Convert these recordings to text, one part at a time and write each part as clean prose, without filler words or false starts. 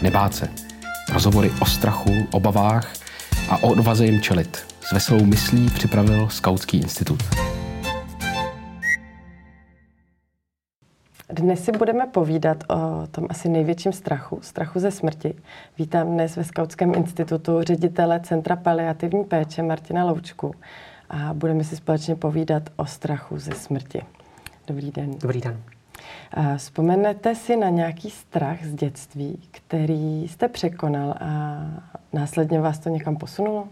nebát se. Rozhovory o strachu, obavách a o odvaze jim čelit. S veselou myslí připravil Skautský institut. Dnes si budeme povídat o tom asi největším strachu ze smrti. Vítám dnes ve Skautském institutu ředitele Centra paliativní péče Martina Loučku a budeme si společně povídat o strachu ze smrti. Dobrý den. Dobrý den. Vzpomenete si na nějaký strach z dětství, který jste překonal a následně vás to někam posunulo?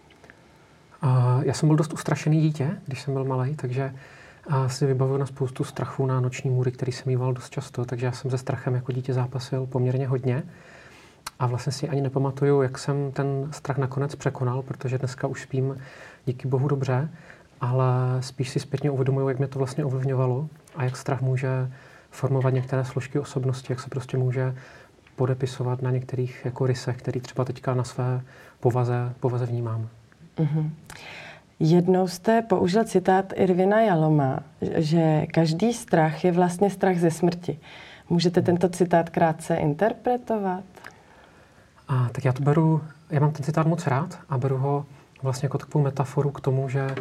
Já jsem byl dost ustrašený dítě, když jsem byl malý, takže si vybavuju na spoustu strachů na noční můry, který jsem mýval dost často, takže já jsem se strachem jako dítě zápasil poměrně hodně. A vlastně si ani nepamatuju, jak jsem ten strach nakonec překonal, protože dneska už spím díky bohu dobře, ale spíš si zpětně uvědomuju, jak mě to vlastně ovlivňovalo a jak strach může formovat některé složky osobnosti, jak se prostě může podepisovat na některých jako rysech, který třeba teďka na své povaze vnímám. Mm-hmm. Jednou jste použil citát Irvina Jaloma, že každý strach je vlastně strach ze smrti. Můžete tento citát krátce interpretovat? Tak já mám ten citát moc rád a beru ho vlastně jako takovou metaforu k tomu, že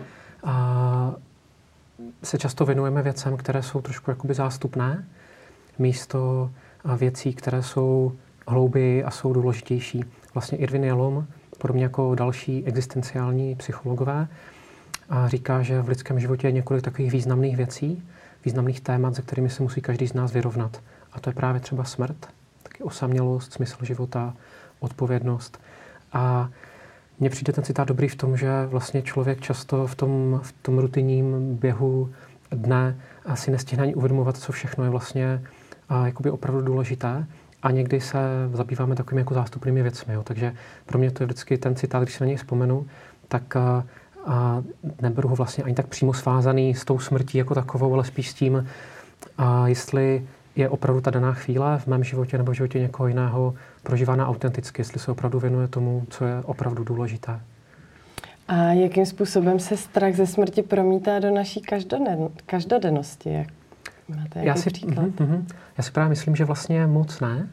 se často věnujeme věcem, které jsou trošku jakoby zástupné, místo věcí, které jsou hlouběji a jsou důležitější. Vlastně Irvin Jalom, podobně jako další existenciální psychologové, říká, že v lidském životě je několik takových významných věcí, významných témat, se kterými se musí každý z nás vyrovnat. A to je právě třeba smrt, taky osamělost, smysl života, odpovědnost. A mně přijde ten citát dobrý v tom, že vlastně člověk často v tom rutinním běhu dne si nestihne ani uvědomovat, co všechno je vlastně jakoby opravdu důležité. A někdy se zabýváme takovými jako zástupnými věcmi. Jo. Takže pro mě to je vždycky ten citát, když se na něj vzpomenu, tak neberu ho vlastně ani tak přímo svázaný s tou smrtí jako takovou, ale spíš s tím, jestli je opravdu ta daná chvíle v mém životě nebo v životě někoho jiného prožívána autenticky, jestli se opravdu věnuje tomu, co je opravdu důležité. A jakým způsobem se strach ze smrti promítá do naší každodennosti? Jak máte jaký příklad? Já si právě myslím, že vlastně moc ne.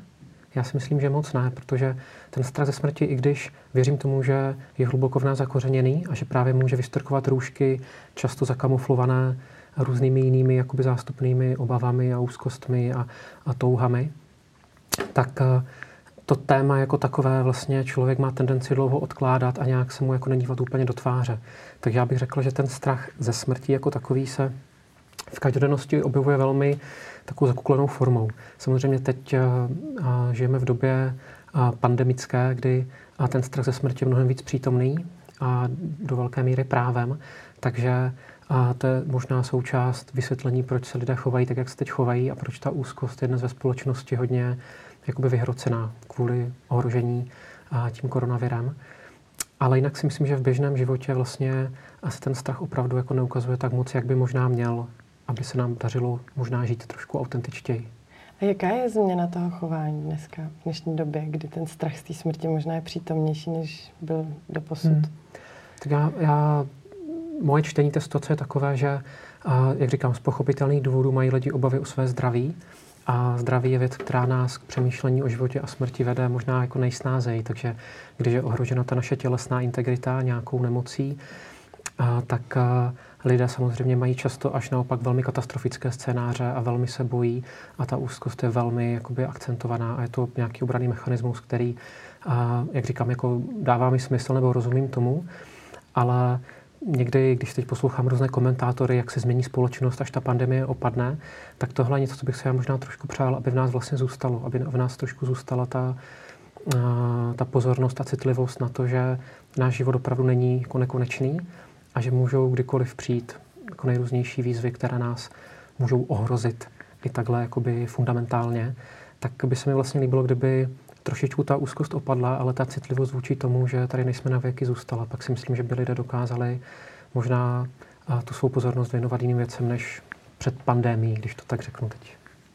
Protože ten strach ze smrti, i když věřím tomu, že je hluboko v nás zakořeněný a že právě může vystrkovat růžky, často zakamuflované různými jinými jakoby zástupnými obavami a úzkostmi a touhami, tak to téma jako takové vlastně člověk má tendenci dlouho odkládat a nějak se mu jako nedívat úplně do tváře. Takže já bych řekl, že ten strach ze smrti jako takový se v každodennosti objevuje velmi takovou zakuklenou formou. Samozřejmě teď žijeme v době pandemické, kdy ten strach ze smrti je mnohem víc přítomný a do velké míry právem. Takže to je možná součást vysvětlení, proč se lidé chovají tak, jak se teď chovají a proč ta úzkost je dnes ve společnosti hodně jakoby vyhrocená kvůli ohrožení tím koronavirem. Ale jinak si myslím, že v běžném životě vlastně se ten strach opravdu jako neukazuje tak moc, jak by možná měl, aby se nám dařilo možná žít trošku autentičtěji. A jaká je změna toho chování dneska, v dnešní době, kdy ten strach z té smrti možná je přítomnější, než byl doposud? Tak moje čtení té situace je takové, že, jak říkám, z pochopitelných důvodů mají lidi obavy o své zdraví. A zdraví je věc, která nás k přemýšlení o životě a smrti vede možná jako nejsnázeji. Takže když je ohrožena ta naše tělesná integrita nějakou nemocí, tak lidé samozřejmě mají často až naopak velmi katastrofické scénáře a velmi se bojí a ta úzkost je velmi jakoby akcentovaná a je to nějaký obranný mechanismus, který, jak říkám, jako dává mi smysl nebo rozumím tomu, ale někdy, když teď poslouchám různé komentátory, jak se změní společnost, až ta pandemie opadne, tak tohle je něco, co bych se já možná trošku přál, aby v nás vlastně zůstalo, aby v nás trošku zůstala ta pozornost a citlivost na to, že náš život opravdu není jako nekonečný a že můžou kdykoliv přijít jako nejrůznější výzvy, které nás můžou ohrozit i takhle jakoby fundamentálně, tak by se mi vlastně líbilo, kdyby trošičku ta úzkost opadla, ale ta citlivost vůči tomu, že tady nejsme na věky, zůstala. Pak si myslím, že by lidé dokázali možná tu svou pozornost věnovat jiným věcem, než před pandemií, když to tak řeknu teď.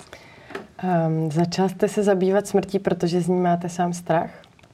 Začal jste se zabývat smrtí, protože z ní máte sám strach?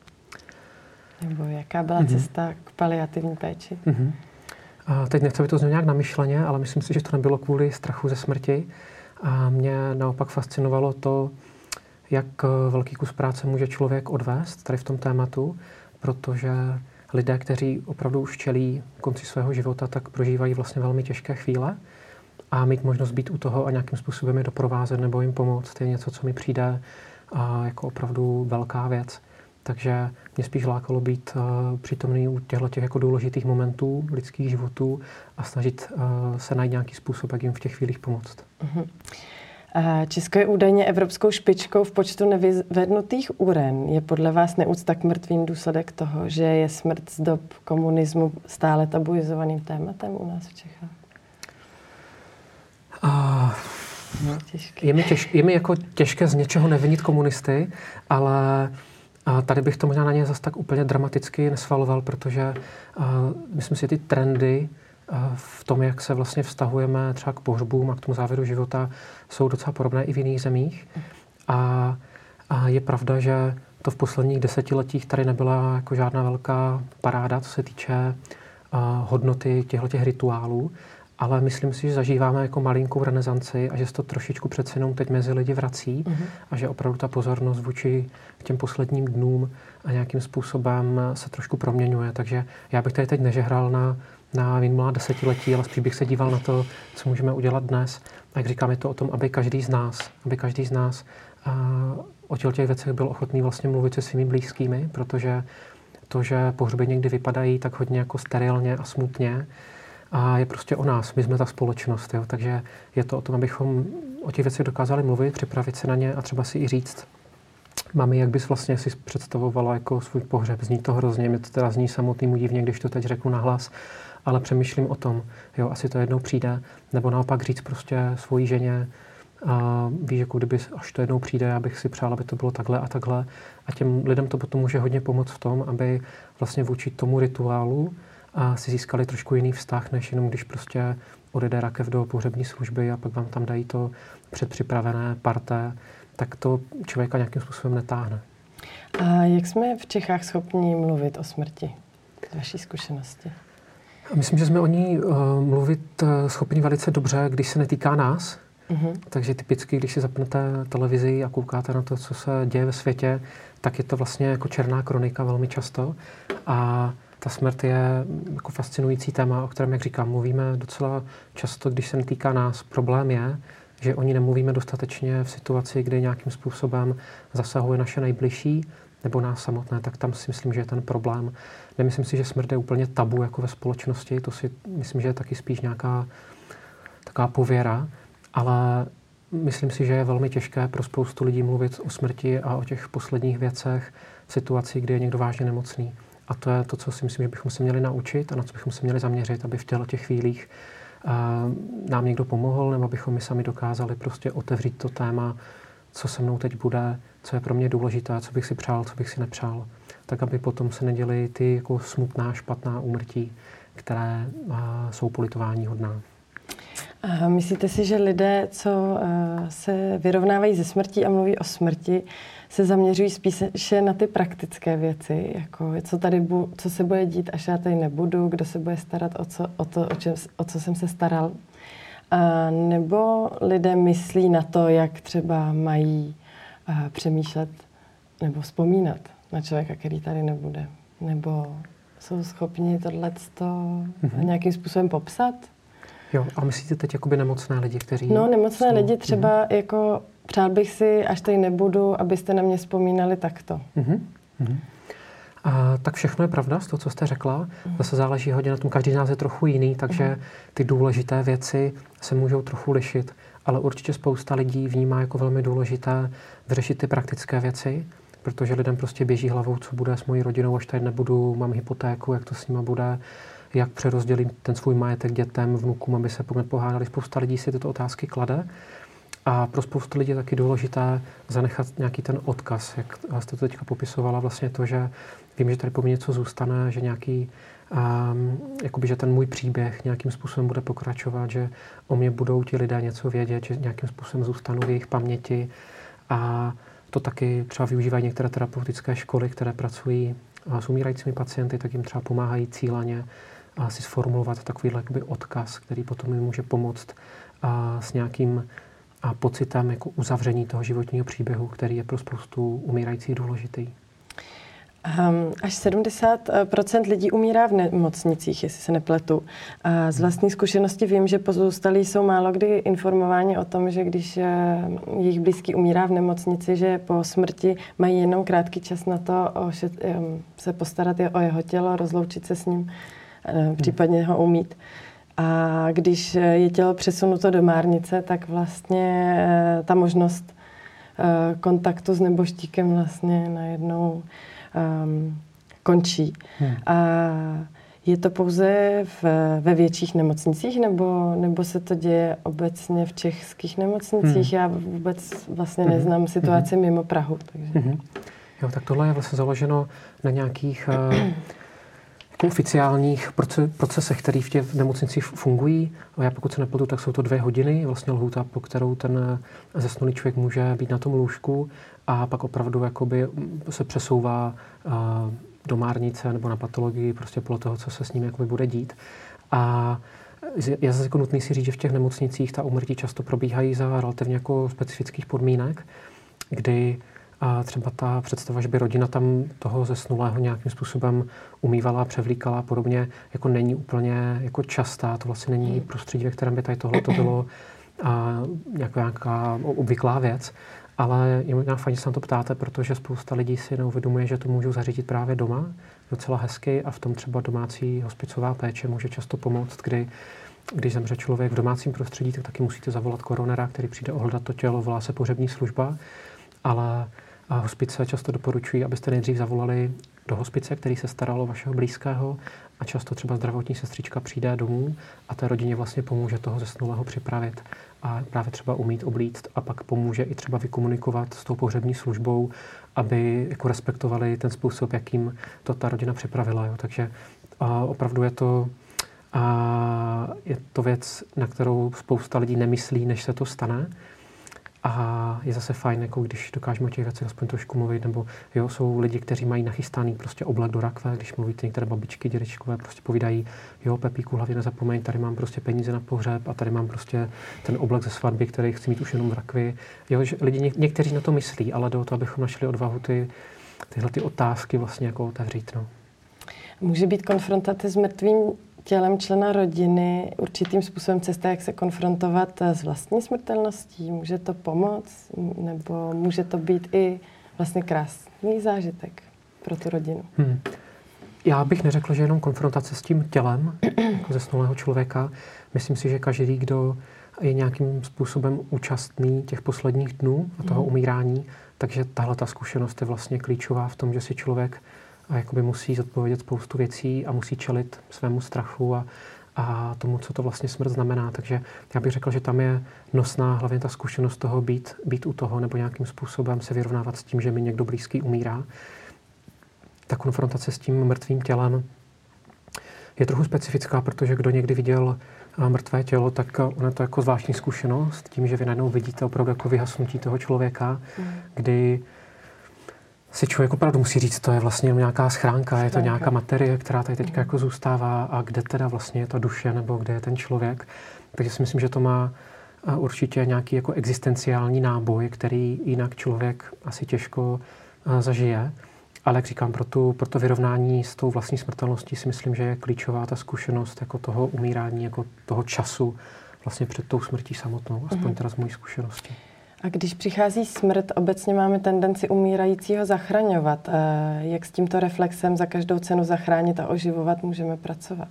Nebo jaká byla cesta k paliativní péči? Teď nechci, aby to znělo nějak namyšleně, ale myslím si, že to nebylo kvůli strachu ze smrti. A mě naopak fascinovalo to, jak velký kus práce může člověk odvést tady v tom tématu, protože lidé, kteří opravdu už čelí konci svého života, tak prožívají vlastně velmi těžké chvíle a mít možnost být u toho a nějakým způsobem je doprovázet nebo jim pomoct je něco, co mi přijde jako opravdu velká věc. Takže mě spíš lákalo být přítomný u těchto jako důležitých momentů lidských životů a snažit se najít nějaký způsob, jak jim v těch chvílích pomoct. Česko je údajně evropskou špičkou v počtu nevyvednutých úren. Je podle vás neúcta k mrtvým důsledek toho, že je smrt z dob komunismu stále tabuizovaným tématem u nás v Čechách? Je mi jako těžké z něčeho nevinit komunisty, ale tady bych to možná na ně zase tak úplně dramaticky nesvaloval, protože myslím si, že ty trendy v tom, jak se vlastně vztahujeme třeba k pohřbům a k tomu závěru života, jsou docela podobné i v jiných zemích. A je pravda, že to v posledních desetiletích tady nebyla jako žádná velká paráda, co se týče hodnoty těchto rituálů, ale myslím si, že zažíváme jako malinkou renesanci a že se to trošičku přece jenom teď mezi lidi vrací a že opravdu ta pozornost vůči těm posledním dnům a nějakým způsobem se trošku proměňuje. Takže já bych tady teď nežehral na minulá desetiletí, ale spíš bych se díval na to, co můžeme udělat dnes. A jak říkám, je to o tom, aby každý z nás o těch věcech byl ochotný vlastně mluvit se svými blízkými, protože to, že pohřby někdy vypadají tak hodně jako sterilně a smutně, a je prostě o nás. My jsme ta společnost, jo? Takže je to o tom, abychom o těch věcech dokázali mluvit, připravit se na ně a třeba si i říct, mami, jak bys vlastně si představovala jako svůj pohřeb. Zní to hrozně, mě to teda zní samotnému divně, když to teď řeknu nahlas, ale přemýšlím o tom, jo, asi to jednou přijde, nebo naopak říct prostě svojí ženě, víš, jako kdyby, až to jednou přijde, já bych si přál, aby to bylo takhle a takhle. A těm lidem to potom může hodně pomoct v tom, aby vlastně vůči tomu rituálu si získali trošku jiný vztah, než jenom když prostě odjede rakev do pohřební služby a pak vám tam dají to předpřipravené parté, tak to člověka nějakým způsobem netáhne. A jak jsme v Čechách schopni mluvit o smrti? Z vaší zkušenosti? Myslím, že jsme o ní mluvit schopni velice dobře, když se netýká nás. Takže typicky, když si zapnete televizi a koukáte na to, co se děje ve světě, tak je to vlastně jako černá kronika velmi často. A ta smrt je jako fascinující téma, o kterém, jak říkám, mluvíme docela často, když se netýká nás. Problém je, že o ní nemluvíme dostatečně v situaci, kdy nějakým způsobem zasahuje naše nejbližší nebo nás samotné, tak tam si myslím, že je ten problém. Nemyslím si, že smrt je úplně tabu jako ve společnosti, to si myslím, že je taky spíš nějaká taková pověra, ale myslím si, že je velmi těžké pro spoustu lidí mluvit o smrti a o těch posledních věcech v situaci, kdy je někdo vážně nemocný. A to je to, co si myslím, že bychom se měli naučit a na co bychom se měli zaměřit, aby v těch chvílích nám někdo pomohl, nebo abychom my sami dokázali prostě otevřít to téma, co se mnou teď bude, co je pro mě důležité, co bych si přál, co bych si nepřál. Tak, aby potom se neděly ty jako smutná, špatná úmrtí, které jsou politování hodná. A myslíte si, že lidé, co se vyrovnávají ze smrtí a mluví o smrti, se zaměřují spíše na ty praktické věci, jako co se bude dít, až já tady nebudu, kdo se bude starat o co jsem se staral. A nebo lidé myslí na to, jak třeba mají přemýšlet nebo vzpomínat na člověka, který tady nebude. Nebo jsou schopni tohleto nějakým způsobem popsat? Jo, a myslíte teď jakoby nemocné lidi, kteří... No, nemocné lidi třeba jako přál bych si, až tady nebudu, abyste na mě vzpomínali takto. Tak všechno je pravda z toho, co jste řekla. Zase záleží hodně na tom, každý z nás je trochu jiný, takže ty důležité věci se můžou trochu lišit. Ale určitě spousta lidí vnímá jako velmi důležité vyřešit ty praktické věci, protože lidem prostě běží hlavou, co bude s mojí rodinou, až tady nebudu, mám hypotéku, jak to s nima bude, jak přerozdělím ten svůj majetek dětem, vnukům, aby se nepohádali. Spousta lidí si tyto otázky klade. A pro spoustu lidí je taky důležité zanechat nějaký ten odkaz, jak jste to teďka popisovala, vlastně to, že vím, že tady po mně něco zůstane, že nějaký, jakoby, že ten můj příběh nějakým způsobem bude pokračovat, že o mě budou ti lidé něco vědět, že nějakým způsobem zůstanu v jejich paměti. A to taky třeba využívají některé terapeutické školy, které pracují s umírajícími pacienty, tak jim třeba pomáhají cíleně si sformulovat takový odkaz, který potom jim může pomoct s nějakým a pocitem jako uzavření toho životního příběhu, který je pro spoustu umírajících důležitý. Až 70% lidí umírá v nemocnicích, jestli se nepletu. A z vlastní zkušenosti vím, že pozůstalí jsou málo kdy informováni o tom, že když jejich blízký umírá v nemocnici, že po smrti mají jenom krátký čas na to se postarat o jeho tělo, rozloučit se s ním, případně ho umýt. A když je tělo přesunuto do márnice, tak vlastně ta možnost kontaktu s nebožtíkem vlastně najednou končí. A je to pouze ve větších nemocnicích, nebo se to děje obecně v českých nemocnicích? Já vůbec vlastně neznám situaci mimo Prahu. Takže. Jo, tak tohle je vlastně založeno na nějakých oficiálních procesech, které v těch nemocnicích fungují. A já pokud se nepletu, tak jsou to 2 hodiny, vlastně lhůta, po kterou ten zesnulý člověk může být na tom lůžku a pak opravdu jakoby se přesouvá do márnice nebo na patologii, prostě podle toho, co se s ním jakoby bude dít. A je zase jako nutný si říct, že v těch nemocnicích ta úmrtí často probíhají za relativně jako specifických podmínek, kdy a třeba ta představa, že by rodina tam toho zesnulého nějakým způsobem umývala, převlíkala a podobně, jako není úplně jako častá. To vlastně není prostředí, ve kterém by tady tohle to bylo nějaká obvyklá věc. Ale je možná fajn, že se na to ptáte, protože spousta lidí si neuvědomuje, že to můžou zařídit právě doma, docela hezky, a v tom třeba domácí hospicová péče může často pomoct, když zemře člověk v domácím prostředí, tak taky musíte zavolat koronera, který přijde ohledat to tělo, volá se pohřební služba, ale hospice často doporučují, abyste nejdřív zavolali do hospice, který se staral o vašeho blízkého, a často třeba zdravotní sestřička přijde domů a té rodině vlastně pomůže toho zesnulého připravit a právě třeba umýt, oblíct, a pak pomůže i třeba vykomunikovat s tou pohřební službou, aby jako respektovali ten způsob, jakým to ta rodina připravila. Jo. Takže opravdu je to věc, na kterou spousta lidí nemyslí, než se to stane. A je zase fajn, jako když dokážeme o těch věcech aspoň trošku mluvit, nebo jo, jsou lidi, kteří mají nachystaný prostě oblek do rakve, když mluvíte některé babičky, dědečkové, prostě povídají, jo, Pepíku, hlavně nezapomeň, tady mám prostě peníze na pohřeb a tady mám prostě ten oblek ze svatby, který chci mít už jenom v rakvi. Jo, že lidi někteří na to myslí, ale jde o to, abychom našli odvahu tyhle otázky vlastně jako otevřít. No. Může být konfrontace s mrtvým tělem člena rodiny určitým způsobem cesta, jak se konfrontovat s vlastní smrtelností? Může to pomoct? Nebo může to být i vlastně krásný zážitek pro tu rodinu? Já bych neřekl, že jenom konfrontace s tím tělem jako zesnulého člověka. Myslím si, že každý, kdo je nějakým způsobem účastný těch posledních dnů a toho umírání, takže tahle ta zkušenost je vlastně klíčová v tom, že si člověk jakoby musí zodpovědět spoustu věcí a musí čelit svému strachu a tomu, co to vlastně smrt znamená. Takže já bych řekl, že tam je nosná hlavně ta zkušenost toho být u toho nebo nějakým způsobem se vyrovnávat s tím, že mi někdo blízký umírá. Ta konfrontace s tím mrtvým tělem je trochu specifická, protože kdo někdy viděl mrtvé tělo, tak ono je to jako zvláštní zkušenost tím, že vy najednou vidíte opravdu jako vyhasnutí toho člověka, kdy si člověk opravdu musí říct, to je vlastně nějaká schránka, je to nějaká materie, která tady teďka jako zůstává, a kde teda vlastně je ta duše nebo kde je ten člověk. Takže si myslím, že to má určitě nějaký jako existenciální náboj, který jinak člověk asi těžko zažije. Ale jak říkám, pro to vyrovnání s tou vlastní smrtelností si myslím, že je klíčová ta zkušenost jako toho umírání, jako toho času vlastně před tou smrtí samotnou, aspoň teda z mojí zkušenosti. A když přichází smrt, obecně máme tendenci umírajícího zachraňovat. Jak s tímto reflexem za každou cenu zachránit a oživovat můžeme pracovat?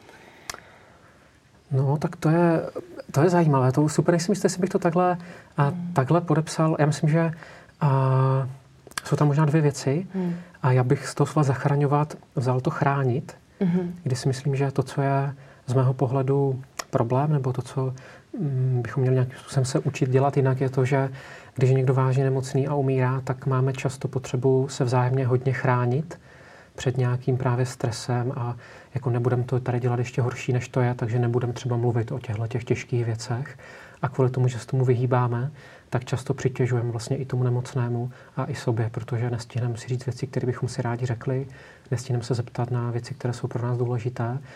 No, tak to je zajímavé. To super, nejsem jistý, jestli bych to takhle podepsal. Já myslím, že jsou tam možná 2 věci. A já bych z toho slova zachraňovat vzal to chránit, kdy si myslím, že to, co je z mého pohledu problém, nebo to, co bychom měli nějakým způsobem se učit dělat jinak, je to, že když je někdo vážně nemocný a umírá, tak máme často potřebu se vzájemně hodně chránit před nějakým právě stresem a jako nebudeme to tady dělat ještě horší, než to je, takže nebudeme třeba mluvit o těch těžkých věcech. A kvůli tomu, že se tomu vyhýbáme, tak často přitěžujeme vlastně i tomu nemocnému a i sobě, protože nestihneme si říct věci, které bychom si rádi řekli, nestihneme se zeptat na věci, které jsou pro nás důležité.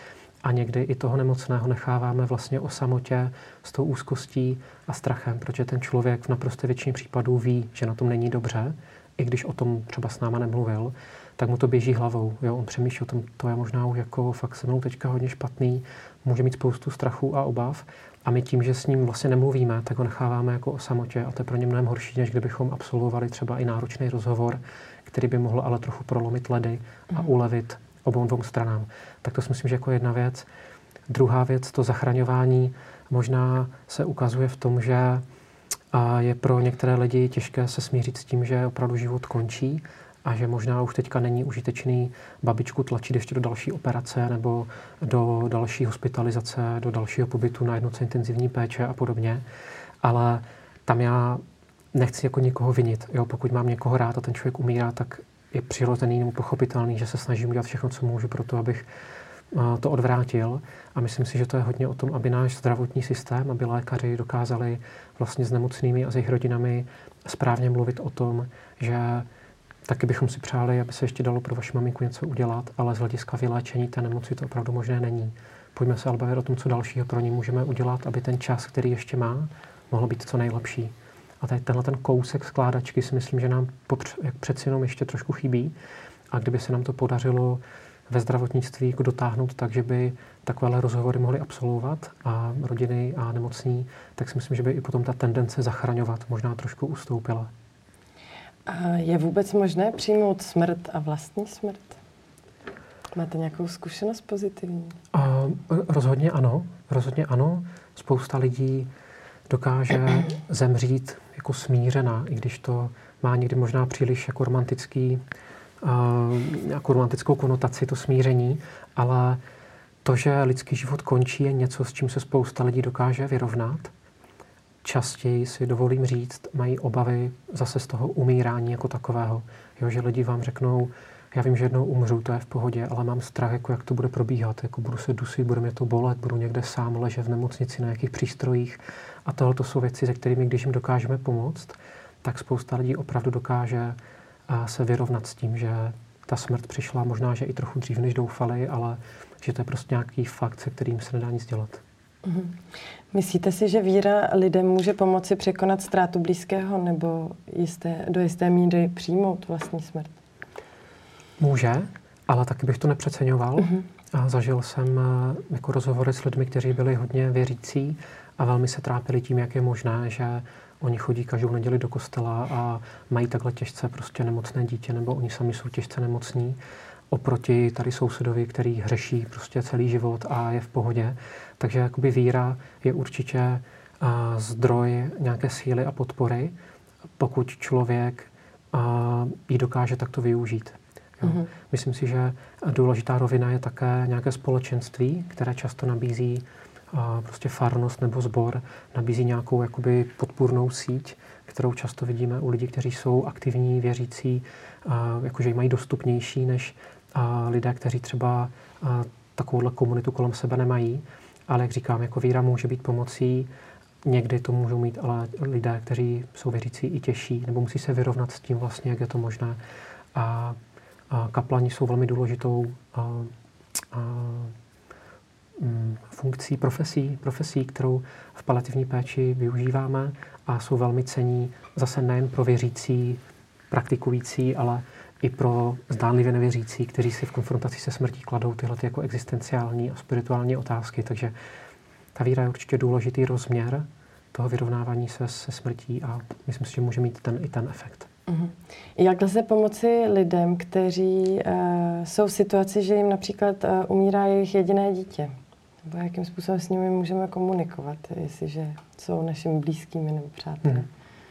a někdy i toho nemocného necháváme vlastně o samotě s tou úzkostí a strachem, protože ten člověk v naprosté většině případů ví, že na tom není dobře, i když o tom třeba s náma nemluvil, tak mu to běží hlavou. Jo? On přemýšlí o tom, to je možná už jako fakt se mnou teďka hodně špatný, může mít spoustu strachu a obav a my tím, že s ním vlastně nemluvíme, tak ho necháváme jako o samotě a to je pro ně mnohem horší, než kdybychom absolvovali třeba i náročný rozhovor, který by mohl ale trochu prolomit ledy a ulevit obou dvou stranám. Tak to si myslím, že jako jedna věc. Druhá věc, to zachraňování možná se ukazuje v tom, že je pro některé lidi těžké se smířit s tím, že opravdu život končí a že možná už teďka není užitečný babičku tlačit ještě do další operace nebo do další hospitalizace, do dalšího pobytu na jednotce intenzivní péče a podobně. Ale tam já nechci jako nikoho vinit. Jo? Pokud mám někoho rád a ten člověk umírá, tak je přirozený nebo pochopitelný, že se snažím udělat všechno, co můžu pro to, abych to odvrátil. A myslím si, že to je hodně o tom, aby náš zdravotní systém, aby lékaři dokázali vlastně s nemocnými a s jejich rodinami správně mluvit o tom, že taky bychom si přáli, aby se ještě dalo pro vaši maminku něco udělat, ale z hlediska vyléčení té nemoci to opravdu možné není. Pojďme se ale bavit o tom, co dalšího pro ní můžeme udělat, aby ten čas, který ještě má, mohl být co nejlepší. A tady tenhle ten kousek skládačky si myslím, že nám přeci jenom ještě trošku chybí. A kdyby se nám to podařilo ve zdravotnictví jako dotáhnout tak, že by takovéhle rozhovory mohly absolvovat a rodiny a nemocní, tak si myslím, že by i potom ta tendence zachraňovat možná trošku ustoupila. A je vůbec možné přijmout smrt a vlastní smrt? Máte nějakou zkušenost pozitivní? Rozhodně ano. Spousta lidí dokáže zemřít jako smířená, i když to má někdy možná příliš jako nějakou romantickou konotaci, to smíření, ale to, že lidský život končí, je něco, s čím se spousta lidí dokáže vyrovnat. Častěji si dovolím říct, mají obavy zase z toho umírání jako takového. Jo, že lidi vám řeknou, já vím, že jednou umřu, to je v pohodě, ale mám strach, jako jak to bude probíhat. Jako budu se dusit, bude mě to bolet, budu někde sám ležet v nemocnici na nějakých přístrojích. A tohle to jsou věci, se kterými, když jim dokážeme pomoct, tak spousta lidí opravdu dokáže se vyrovnat s tím, že ta smrt přišla možná, že i trochu dřív, než doufali, ale že to je prostě nějaký fakt, se kterým se nedá nic dělat. Myslíte si, že víra lidem může pomoci překonat ztrátu blízkého nebo do jisté míry přijmout vlastní smrt? Může, ale taky bych to nepřeceňoval. A zažil jsem jako rozhovory s lidmi, kteří byli hodně věřící a velmi se trápili tím, jak je možné, že oni chodí každou neděli do kostela a mají takhle těžce prostě nemocné dítě, nebo oni sami jsou těžce nemocní, oproti tady sousedovi, který hřeší prostě celý život a je v pohodě. Takže jakoby víra je určitě zdroj nějaké síly a podpory, pokud člověk ji dokáže takto využít. Jo. Myslím si, že důležitá rovina je také nějaké společenství, které často nabízí prostě farnost nebo sbor, nabízí nějakou jakoby podpůrnou síť, kterou často vidíme u lidí, kteří jsou aktivní, věřící, jakože ji mají dostupnější než lidé, kteří třeba takovouhle komunitu kolem sebe nemají. Ale jak říkám, jako víra může být pomocí, někdy to můžou mít ale lidé, kteří jsou věřící i těžší, nebo musí se vyrovnat s tím vlastně, jak je to možné. A kaplani jsou velmi důležitou funkcí, profesí, kterou v paliativní péči využíváme a jsou velmi cenní zase nejen pro věřící, praktikující, ale i pro zdánlivě nevěřící, kteří si v konfrontaci se smrtí kladou tyhle jako existenciální a spirituální otázky. Takže ta víra je určitě důležitý rozměr toho vyrovnávání se smrtí a myslím si, že může mít i ten efekt. Jak lze pomoci lidem, kteří jsou v situaci, že jim například umírá jejich jediné dítě? Nebo jakým způsobem s nimi můžeme komunikovat, jestliže jsou našimi blízkými nebo přáteli?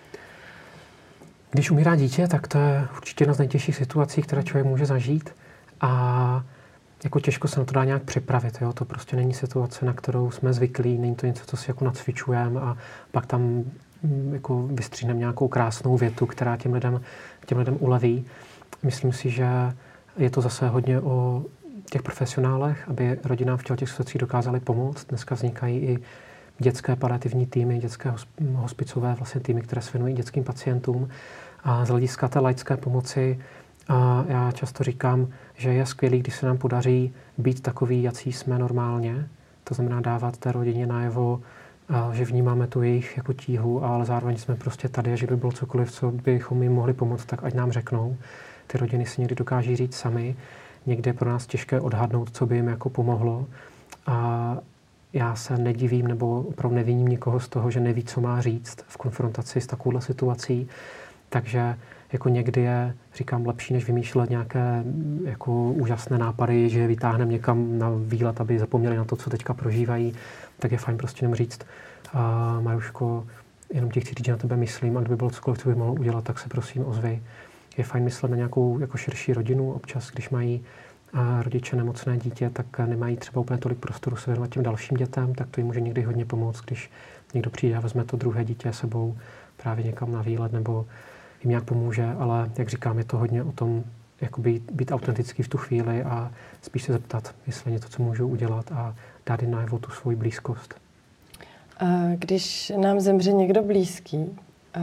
Když umírá dítě, tak to je určitě jedna z nejtěžších situací, které člověk může zažít. A jako těžko se na to dá nějak připravit. Jo? To prostě není situace, na kterou jsme zvyklí, není to něco, co si jako nacvičujeme a pak tam jako vystříhneme nějakou krásnou větu, která těm lidem uleví. Myslím si, že je to zase hodně o těch profesionálech, aby rodinám v těch situacích dokázali pomoct. Dneska vznikají i dětské paliativní týmy, dětské hospicové vlastně týmy, které se věnují dětským pacientům. A z hlediska té laické pomoci A já často říkám, že je skvělý, když se nám podaří být takový, jací jsme normálně. To znamená dávat té rodině najevo, že vnímáme tu jejich jako tíhu, ale zároveň jsme prostě tady a že by bylo cokoliv, co bychom jim mohli pomoct, tak ať nám řeknou. Ty rodiny si někdy dokáží říct sami. Někdy je pro nás těžké odhadnout, co by jim jako pomohlo. A já se nedivím nebo opravdu neviním nikoho z toho, že neví, co má říct v konfrontaci s takovouhle situací. Takže jako někdy je, říkám, lepší, než vymýšlet nějaké jako úžasné nápady, že je vytáhneme někam na výlet, aby zapomněli na to, co teďka prožívají, tak je fajn prostě jenom říct, Maruško, jenom ti chci říct, že na tebe myslím a kdyby bylo cokoliv, co by mohl udělat, tak se prosím ozvi. Je fajn myslet na nějakou jako širší rodinu. Občas, když mají rodiče nemocné dítě, tak nemají třeba úplně tolik prostoru se věnovat těm dalším dětem, tak to jim může někdy hodně pomoct, když někdo přijde a vezme to druhé dítě sebou právě někam na výlet nebo jim nějak pomůže, ale jak říkám, je to hodně o tom, jako být autentický v tu chvíli a spíš se zeptat, jestli je něco, co můžu udělat a dát jim najevo tu svoji blízkost. Když nám zemře někdo blízký,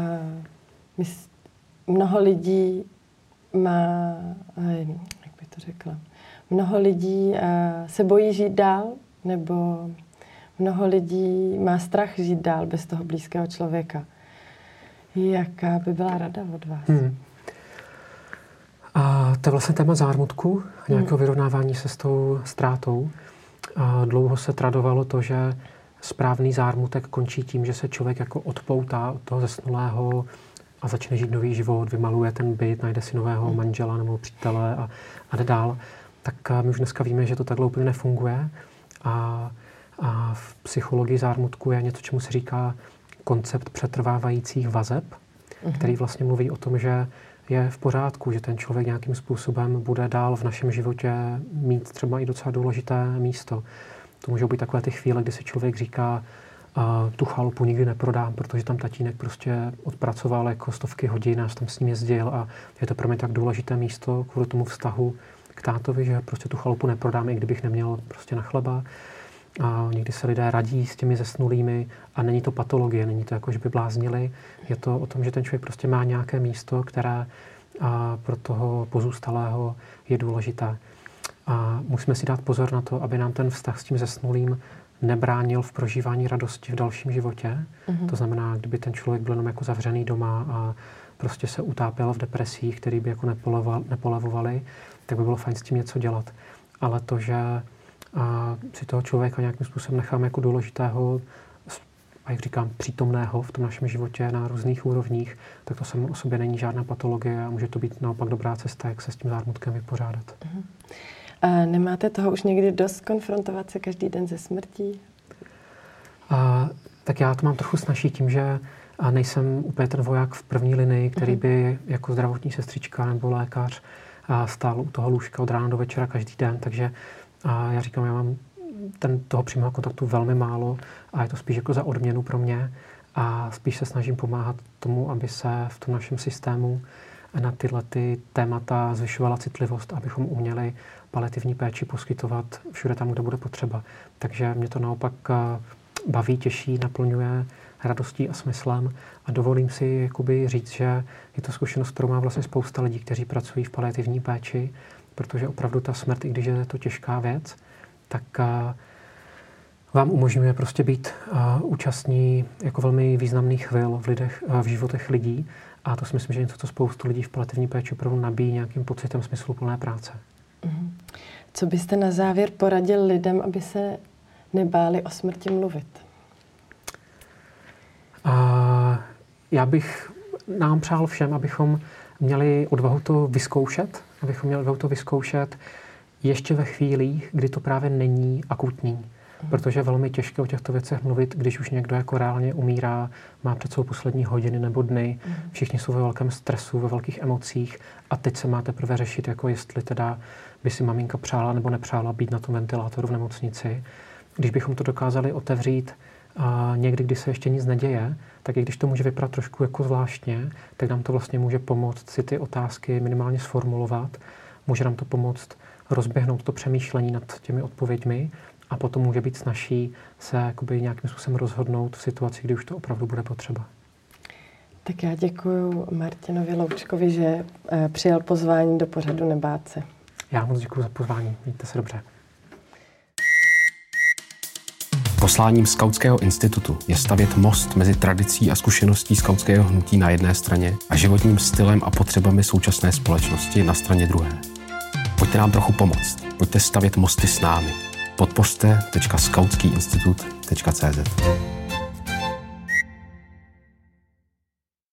mnoho lidí má, jak bych to řekla, mnoho lidí se bojí žít dál, nebo mnoho lidí má strach žít dál bez toho blízkého člověka. Jaká by byla rada od vás? A to je vlastně téma zármutku, nějakého vyrovnávání se s tou ztrátou. A dlouho se tradovalo to, že správný zármutek končí tím, že se člověk jako odpoutá od toho zesnulého a začne žít nový život, vymaluje ten byt, najde si nového manžela nebo přítele a jde dál. Tak my už dneska víme, že to takhle úplně nefunguje. A v psychologii zármutku je něco, čemu se říká koncept přetrvávajících vazeb, který vlastně mluví o tom, že je v pořádku, že ten člověk nějakým způsobem bude dál v našem životě mít třeba i docela důležité místo. To můžou být takové ty chvíle, kdy si člověk říká, tu chalupu nikdy neprodám, protože tam tatínek prostě odpracoval jako stovky hodin, já jsem tam s ním jezdil a je to pro mě tak důležité místo kvůli tomu vztahu k tátovi, že prostě tu chalupu neprodám, i kdybych neměl prostě na chleba. A někdy se lidé radí s těmi zesnulými a není to patologie, není to jako, že by bláznili. Je to o tom, že ten člověk prostě má nějaké místo, které pro toho pozůstalého je důležité. A musíme si dát pozor na to, aby nám ten vztah s tím zesnulým nebránil v prožívání radosti v dalším životě. To znamená, kdyby ten člověk byl jenom jako zavřený doma a prostě se utápěl v depresích, které by jako nepolevovaly, tak by bylo fajn s tím něco dělat. Ale to, že si toho člověka nějakým způsobem necháme jako důležitého a jak říkám, přítomného v tom našem životě na různých úrovních, tak to samo o sobě není žádná patologie a může to být naopak dobrá cesta, jak se s tím zármutkem vypořádat. A nemáte toho už někdy dost konfrontovat se každý den ze smrtí? Tak já to mám trochu snazší tím, že nejsem úplně ten voják v první linii, který by jako zdravotní sestřička nebo lékař stál u toho lůžka od rána do večera každý den, takže já říkám, já mám toho přímého kontaktu velmi málo a je to spíš jako za odměnu pro mě a spíš se snažím pomáhat tomu, aby se v tom našem systému na tyhle témata zvyšovala citlivost, abychom uměli paliativní péči poskytovat všude tam, kde bude potřeba. Takže mě to naopak baví, těší, naplňuje radostí a smyslem a dovolím si jakoby říct, že je to zkušenost, kterou má vlastně spousta lidí, kteří pracují v paliativní péči, protože opravdu ta smrt, i když je to těžká věc, tak vám umožňuje prostě být účastní jako velmi významných chvil v životech lidí a to si myslím, že je něco, co spoustu lidí v paliativní péči opravdu nabíjí nějakým pocitem smysluplné práce. Co byste na závěr poradil lidem, aby se nebáli o smrti mluvit? Já bych nám přál všem, abychom měli odvahu to vyzkoušet, ještě ve chvílích, kdy to právě není akutní. Protože je velmi těžké o těchto věcech mluvit, když už někdo jako reálně umírá, má před sebou poslední hodiny nebo dny, všichni jsou ve velkém stresu, ve velkých emocích a teď se máte prvé řešit, jako jestli teda by si maminka přála nebo nepřála být na tom ventilátoru v nemocnici. Když bychom to dokázali otevřít někdy, kdy se ještě nic neděje, tak i když to může vypadat trošku jako zvláštně, tak nám to vlastně může pomoct si ty otázky minimálně sformulovat, může nám to pomoct rozběhnout to přemýšlení nad těmi odpověďmi a potom může být snazší se jakoby nějakým způsobem rozhodnout v situaci, kdy už to opravdu bude potřeba. Tak já děkuji Martinovi Loučkovi, že přijal pozvání do pořadu Nebát se. Já moc děkuji za pozvání. Mějte se dobře. Posláním Skautského institutu je stavět most mezi tradicí a zkušeností skautského hnutí na jedné straně a životním stylem a potřebami současné společnosti na straně druhé. Pojďte nám trochu pomoct. Pojďte stavět mosty s námi. Podpořte.skautskýinstitut.cz